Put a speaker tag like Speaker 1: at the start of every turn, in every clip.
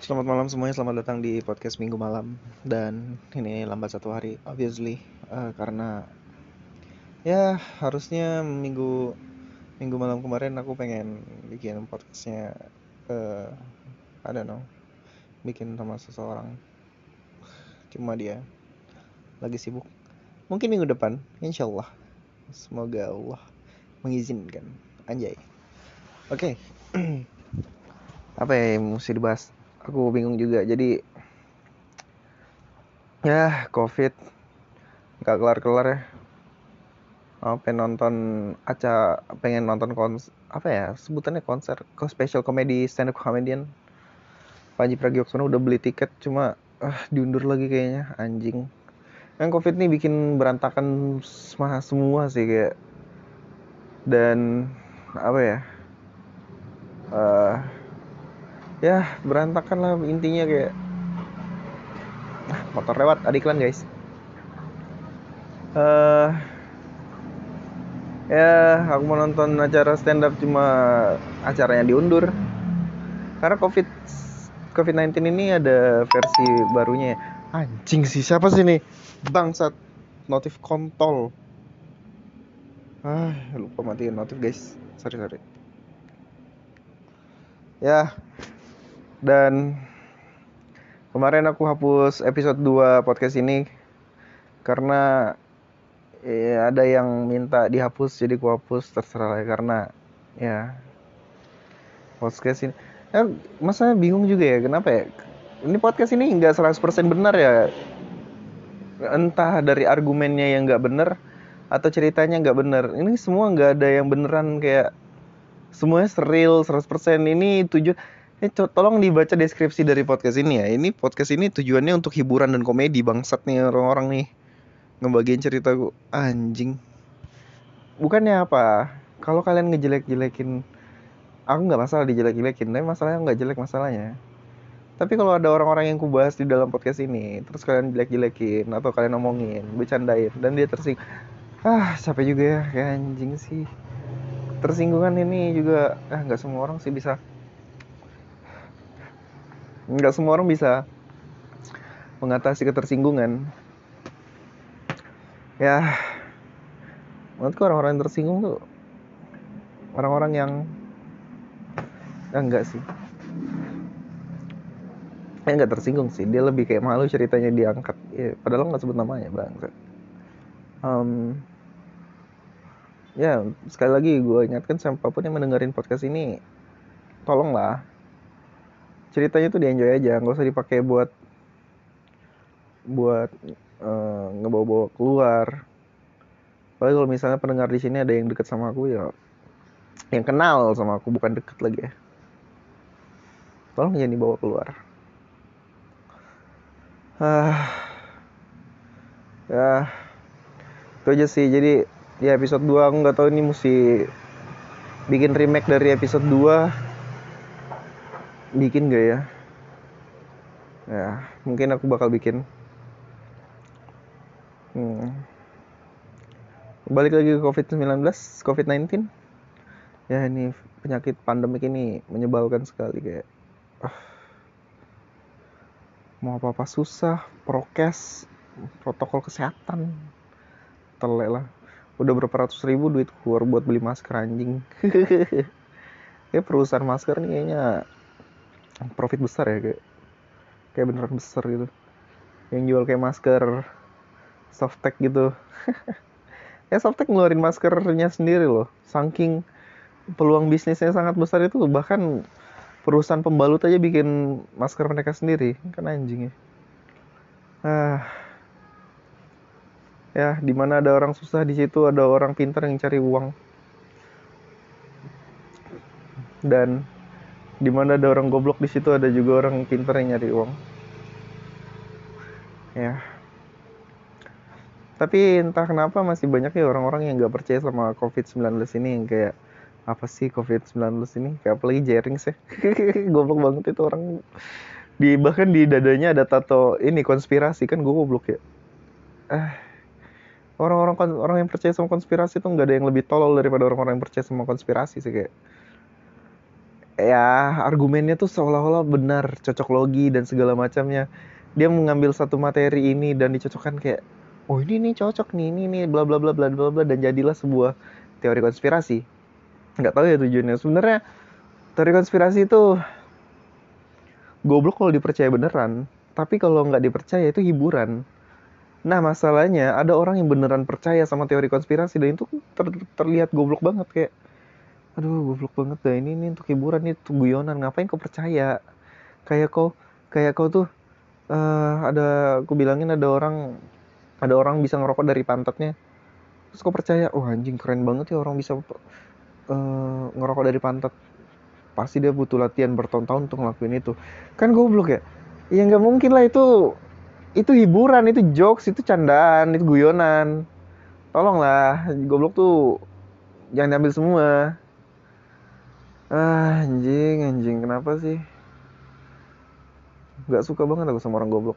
Speaker 1: Selamat malam semuanya, selamat datang di podcast Minggu Malam. Dan ini lambat satu hari, obviously, karena ya harusnya minggu malam kemarin aku pengen bikin podcastnya, uh, I don't know, bikin sama seseorang. Cuma dia lagi sibuk. Mungkin minggu depan, insya Allah. Semoga Allah mengizinkan. Anjay. Oke. Apa ya yang mesti dibahas? Aku bingung juga. Jadi ya COVID nggak kelar-kelar ya. Pengen nonton apa ya sebutannya, konser special comedy stand up comedian Panji Pragiwaksono. Udah beli tiket, cuma diundur lagi kayaknya, anjing. Kan covid nih bikin berantakan semua sih kayak. Dan apa ya, uh, ya berantakan lah intinya kayak. Motor lewat, ada iklan guys. Ya aku mau nonton acara stand up, cuma acaranya diundur karena COVID-19 ini ada versi barunya. Anjing sih, siapa sih nih? Bangsat, notif kontol. Lupa matiin notif guys. Sorry. Ya, dan kemarin aku hapus episode 2 podcast ini karena ada yang minta dihapus, jadi aku hapus, terserah lah. Karena ya podcast ini masanya bingung juga ya, kenapa ya ini podcast ini nggak 100% benar ya. Entah dari argumennya yang nggak bener atau ceritanya nggak bener. Ini semua nggak ada yang beneran, kayak semuanya steril 100%. Ini tolong dibaca deskripsi dari podcast ini ya. Ini podcast ini tujuannya untuk hiburan dan komedi. Bangsat nih orang-orang nih ngebagiin ceritaku, anjing. Bukannya apa, kalau kalian ngejelek-jelekin aku nggak masalah dijelek-jelekin, tapi masalahnya nggak jelek masalahnya. Tapi kalau ada orang-orang yang kubahas di dalam podcast ini, terus kalian jelek-jelekin atau kalian omongin, bercandain, dan dia tersinggung, capek juga ya, kayak anjing sih. Tersinggungan ini juga, nggak semua orang sih bisa, nggak semua orang bisa mengatasi ketersinggungan. Ya, menurutku orang-orang yang tersinggung tuh orang-orang yang, enggak sih, nggak tersinggung sih, dia lebih kayak malu ceritanya diangkat, ya, padahal nggak sebut namanya, bang. Ya, sekali lagi gue ingatkan siapapun yang mendengarin podcast ini, tolonglah ceritanya tuh di-enjoy aja, nggak usah dipakai buat ngebawa-bawa keluar. Apalagi kalau misalnya pendengar di sini ada yang deket sama aku, ya yang kenal sama aku, bukan deket lagi ya, tolong jangan dibawa keluar. Ya itu aja sih. Jadi ya episode 2 aku nggak tahu ini mesti bikin remake dari episode 2, bikin gak ya. Ya mungkin aku bakal bikin. Balik lagi ke COVID-19. Ya ini penyakit pandemik ini menyebalkan sekali, kayak mau apa-apa susah, prokes, protokol kesehatan, telek lah. Udah berapa ratus ribu duit keluar buat beli masker, anjing. Kayak perusahaan masker nih kayaknya profit besar ya, kayak beneran besar gitu, yang jual kayak masker Softtek gitu. Softtek ngeluarin maskernya sendiri loh, saking peluang bisnisnya sangat besar itu. Bahkan perusahaan pembalut aja bikin masker mereka sendiri, kan anjing ya. Ya, di mana ada orang susah, di situ ada orang pintar yang cari uang. Dan di mana ada orang goblok, di situ ada juga orang pintar yang nyari uang. Ya. Tapi entah kenapa masih banyak ya orang-orang yang nggak percaya sama COVID-19 ini, yang kayak, apa sih COVID-19 ini? Kayak apalagi Jerings ya. Goblok banget itu orang. Bahkan di dadanya ada tato ini konspirasi, kan gue goblok ya. Orang yang percaya sama konspirasi tuh nggak ada yang lebih tolol daripada orang-orang yang percaya sama konspirasi sih, kayak ya argumennya tuh seolah-olah benar, cocok logi dan segala macamnya. Dia mengambil satu materi ini dan dicocokkan kayak, oh ini nih cocok nih, ini nih bla bla bla bla bla bla, dan jadilah sebuah teori konspirasi. Nggak tahu ya tujuannya. Sebenarnya teori konspirasi itu goblok kalau dipercaya beneran, tapi kalau nggak dipercaya itu hiburan. Nah masalahnya ada orang yang beneran percaya sama teori konspirasi dan itu terlihat goblok banget, kayak aduh goblok banget dah, ini untuk hiburan, ini untuk guyonan, ngapain kau percaya? Kayak kau tuh ada, aku bilangin ada orang bisa ngerokok dari pantatnya, terus kau percaya, oh anjing keren banget ya orang bisa ngerokok dari pantat, pasti dia butuh latihan bertahun-tahun untuk ngelakuin itu. Kan goblok ya. Ya nggak mungkin lah, itu hiburan, itu jokes, itu candaan, itu guyonan. Tolonglah, goblok tuh jangan diambil semua. Anjing kenapa sih? Nggak suka banget aku sama orang goblok.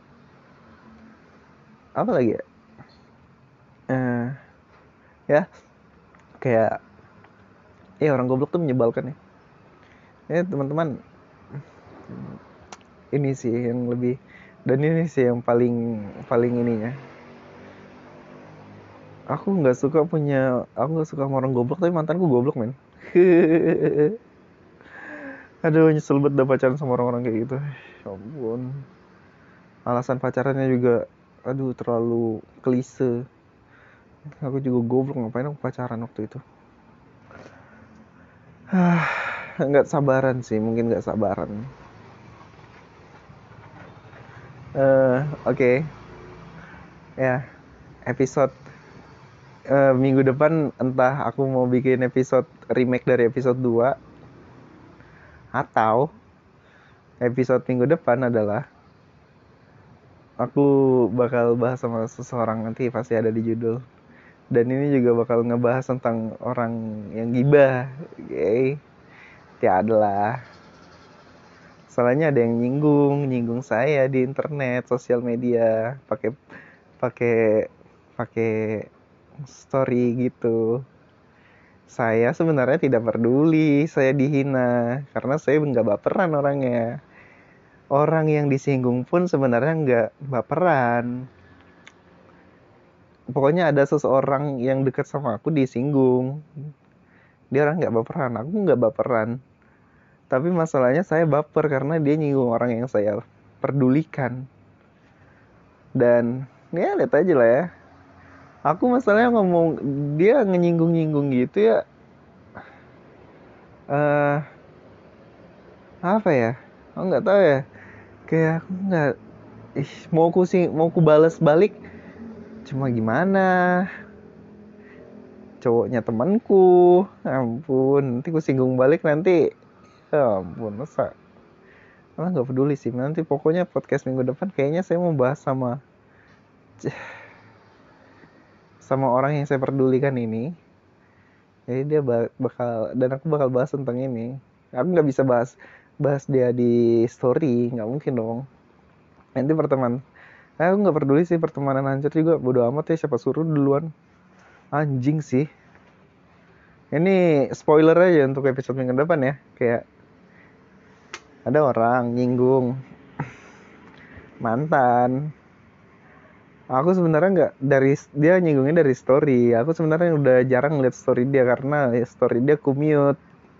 Speaker 1: Apa lagi ya? Eh, ya kayak orang goblok tuh menyebalkan ya. Teman-teman, ini sih yang lebih, dan ini sih yang paling paling ininya. Aku nggak suka sama orang goblok, tapi mantanku goblok men. Aduh nyesel banget udah pacaran sama orang-orang kayak gitu. Ya ampun. Alasan pacarannya juga aduh terlalu klise. Aku juga goblok, ngapain aku pacaran waktu itu. Nggak sabaran sih, mungkin nggak sabaran. Oke. Ya, episode minggu depan entah aku mau bikin episode remake dari episode 2 atau episode minggu depan adalah aku bakal bahas sama seseorang, nanti pasti ada di judul. Dan ini juga bakal ngebahas tentang orang yang gibah. Oke. Tiada lah. Soalnya ada yang nyinggung saya di internet, sosial media, pakai pakai pakai story gitu. Saya sebenarnya tidak peduli saya dihina, karena saya nggak baperan orangnya. Orang yang disinggung pun sebenarnya nggak baperan. Pokoknya ada seseorang yang dekat sama aku disinggung, dia orang nggak baperan, aku nggak baperan. Tapi masalahnya saya baper karena dia nyinggung orang yang saya pedulikan. Dan ya lihat aja lah ya. Aku masalahnya ngomong, dia ngenyinggung-nyinggung gitu ya. eh Apa ya? Aku nggak tahu ya. Kayak aku nggak, mau ku balas balik. Cuma gimana? Cowoknya temanku, ampun, nanti ku singgung balik nanti, ya ampun, masa, malah nggak peduli sih. Nanti pokoknya podcast minggu depan kayaknya saya mau bahas sama orang yang saya pedulikan ini. Jadi dia bakal, dan aku bakal bahas tentang ini. Aku nggak bisa bahas bahas dia di story, nggak mungkin dong. Nanti aku nggak peduli sih, pertemanan hancur juga bodo amat ya, siapa suruh duluan. Anjing sih. Ini spoiler aja untuk episode minggu depan ya. Kayak ada orang nyinggung mantan. Aku sebenarnya nggak, dari dia nyinggungnya dari story. Aku sebenarnya udah jarang lihat story dia karena story dia ku mute.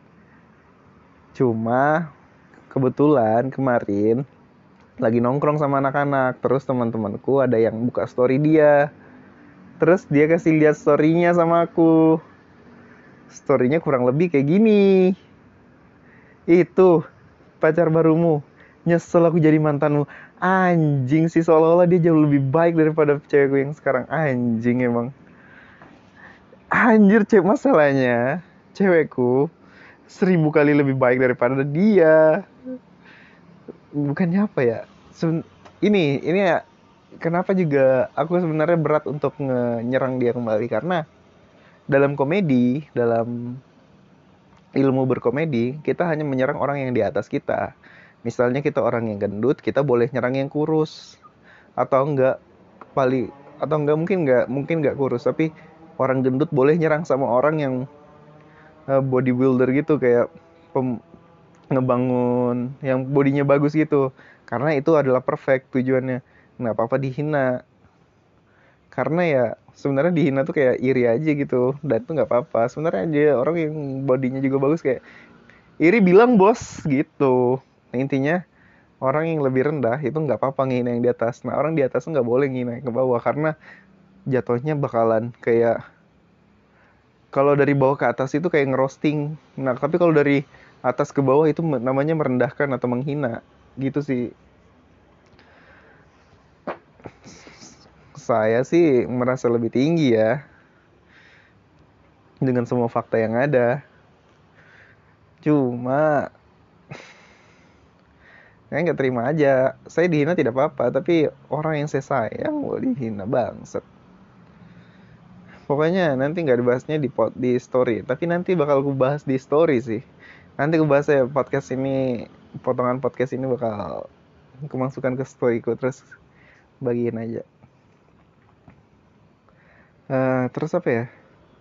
Speaker 1: Cuma kebetulan kemarin lagi nongkrong sama anak-anak, terus teman-temanku ada yang buka story dia. Terus dia kasih lihat storynya sama aku. Storynya kurang lebih kayak gini. Itu pacar barumu, nyesel aku jadi mantanmu. Anjing sih, seolah-olah dia jauh lebih baik daripada cewekku yang sekarang. Anjing emang. Anjir, masalahnya cewekku 1000 kali lebih baik daripada dia. Bukannya apa ya, ini ya, kenapa juga aku sebenarnya berat untuk nyerang dia kembali, karena dalam ilmu berkomedi, kita hanya menyerang orang yang di atas kita. Misalnya kita orang yang gendut, kita boleh nyerang yang kurus. Atau enggak, mungkin enggak kurus, tapi orang gendut boleh nyerang sama orang yang bodybuilder gitu, kayak ngebangun yang bodinya bagus gitu, karena itu adalah perfect tujuannya. Nggak apa-apa dihina, karena ya sebenarnya dihina tuh kayak iri aja gitu, dan tuh nggak apa-apa sebenarnya. Aja orang yang bodinya juga bagus kayak iri bilang bos gitu. Nah, intinya orang yang lebih rendah itu nggak apa-apa ngehina yang di atas. Nah, orang di atas nggak boleh ngehina yang ke bawah, karena jatuhnya bakalan kayak kalau dari bawah ke atas itu kayak ngerosting. Nah, tapi kalau dari atas ke bawah itu namanya merendahkan atau menghina. Gitu sih. Saya sih merasa lebih tinggi ya dengan semua fakta yang ada. Cuma saya nggak terima aja. Saya dihina tidak apa-apa, tapi orang yang saya sayang mau dihina, bangsat. Pokoknya nanti nggak dibahasnya di story, tapi nanti bakal gue bahas di story sih. Nanti gue bahas ya podcast ini, potongan podcast ini bakal kemasukan ke storyku, terus bagiin aja. Terus apa ya?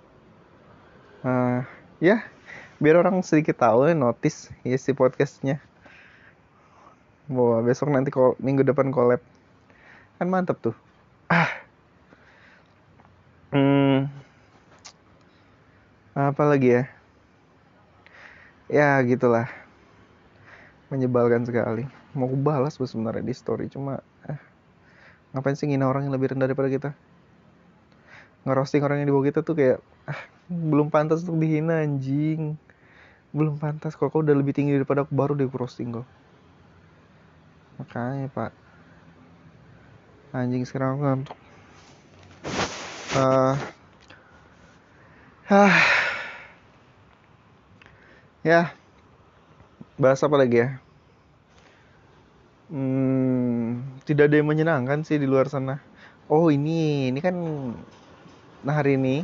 Speaker 1: Ya, biar orang sedikit tahu ya, notice isi podcastnya. Bahwa besok nanti minggu depan collab. Kan mantep tuh. Apa lagi ya? Ya gitulah. Menyebalkan sekali. Mau gue balas sebenarnya di story, cuma ngapain sih ngina orang yang lebih rendah daripada kita? Ngerosting orang yang di bawah kita tuh kayak belum pantas untuk dihina, anjing. Belum pantas. Kalau kau udah lebih tinggi daripada aku, baru deh aku roasting kau. Makanya pak, anjing sekarang aku ngantuk. Ya, bahas apa lagi ya? Tidak ada yang menyenangkan sih di luar sana. Oh ini kan, nah hari ini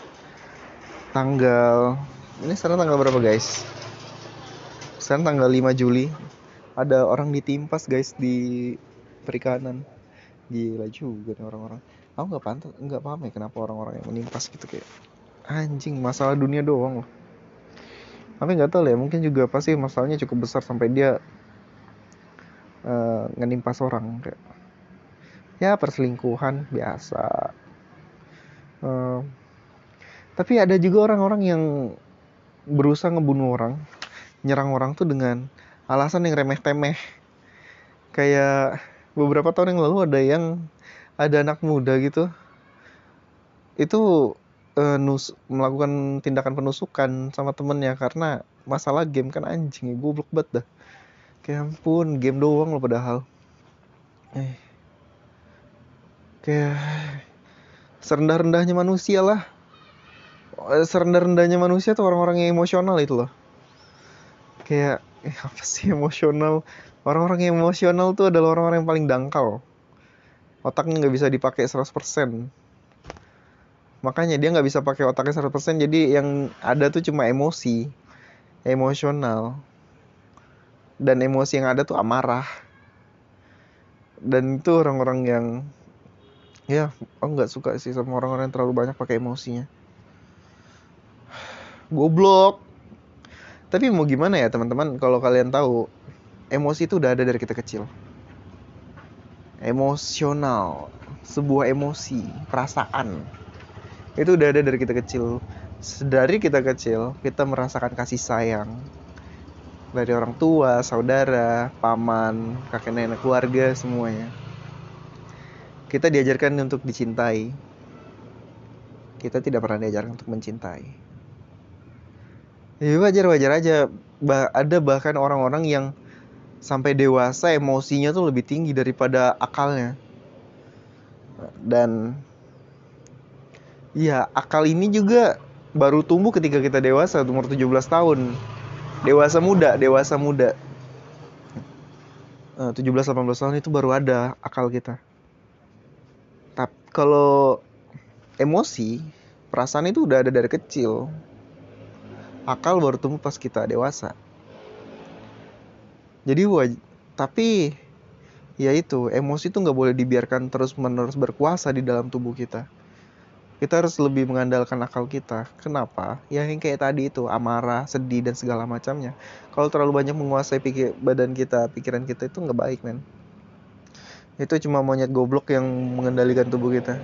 Speaker 1: ini sekarang tanggal berapa guys? Sekarang tanggal 5 Juli. Ada orang ditimpas guys di perikanan. Gila juga nih orang-orang. Aku nggak paham ya kenapa orang-orang yang menimpas gitu, kayak anjing, masalah dunia doang loh. Tapi nggak tahu lah ya, mungkin juga pasti masalahnya cukup besar sampai dia ngenimpas orang, kayak ya perselingkuhan biasa. Tapi ada juga orang-orang yang berusaha ngebunuh orang, nyerang orang tuh dengan alasan yang remeh-temeh. Kayak beberapa tahun yang lalu ada anak muda gitu, itu melakukan tindakan penusukan sama temennya karena masalah game. Kan anjing, goblok banget dah. Kayak ampun, game doang loh padahal. Kayak serendah-rendahnya manusia lah. Serendah-rendahnya manusia tuh orang-orang yang emosional itu loh. Kayak apa sih emosional? Orang-orang yang emosional tuh adalah orang-orang yang paling dangkal. Otaknya nggak bisa dipakai 100%. Makanya dia nggak bisa pakai otaknya 100%, jadi yang ada tuh cuma emosi, emosional. Dan emosi yang ada tuh amarah. Dan itu orang-orang yang, ya aku nggak suka sih sama orang-orang yang terlalu banyak pakai emosinya. Goblok. Tapi mau gimana ya teman-teman, kalau kalian tahu, emosi itu udah ada dari kita kecil. Emosional, sebuah emosi, perasaan, itu udah ada dari kita kecil. Dari kita kecil, kita merasakan kasih sayang dari orang tua, saudara, paman, kakek nenek, keluarga, semuanya. Kita diajarkan untuk dicintai. Kita tidak pernah diajarkan untuk mencintai. Ya wajar-wajar aja. Ada bahkan orang-orang yang sampai dewasa emosinya tuh lebih tinggi daripada akalnya. Dan ya, akal ini juga baru tumbuh ketika kita dewasa, umur 17 tahun. Dewasa muda. 17-18 tahun itu baru ada akal kita. Tapi kalau emosi, perasaan itu udah ada dari kecil. Akal baru tumbuh pas kita dewasa. Jadi tapi ya itu, emosi itu nggak boleh dibiarkan terus-menerus berkuasa di dalam tubuh kita. Kita harus lebih mengandalkan akal kita. Kenapa? Ya yang kayak tadi itu, amarah, sedih, dan segala macamnya. Kalau terlalu banyak menguasai badan kita, pikiran kita, itu nggak baik, men. Itu cuma monyet goblok yang mengendalikan tubuh kita.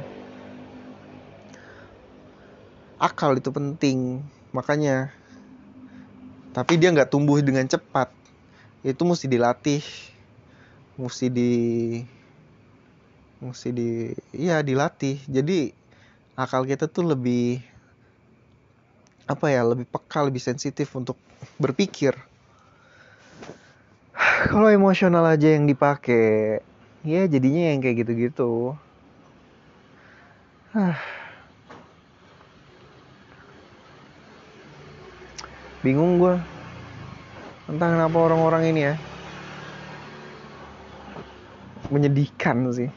Speaker 1: Akal itu penting, makanya. Tapi dia nggak tumbuh dengan cepat. Itu mesti dilatih, mesti iya dilatih. Jadi akal kita tuh lebih lebih peka, lebih sensitif untuk berpikir. Kalau emosional aja yang dipakai, ya jadinya yang kayak gitu-gitu. Bingung gue, entah kenapa orang-orang ini ya, menyedihkan sih.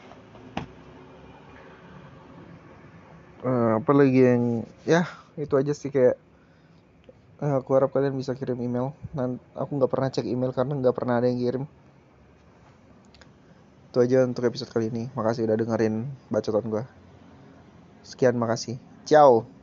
Speaker 1: Apalagi yang, ya itu aja sih kayak. Aku harap kalian bisa kirim email. Aku nggak pernah cek email karena nggak pernah ada yang kirim. Itu aja untuk episode kali ini. Makasih udah dengerin bacotan gue. Sekian, makasih. Ciao.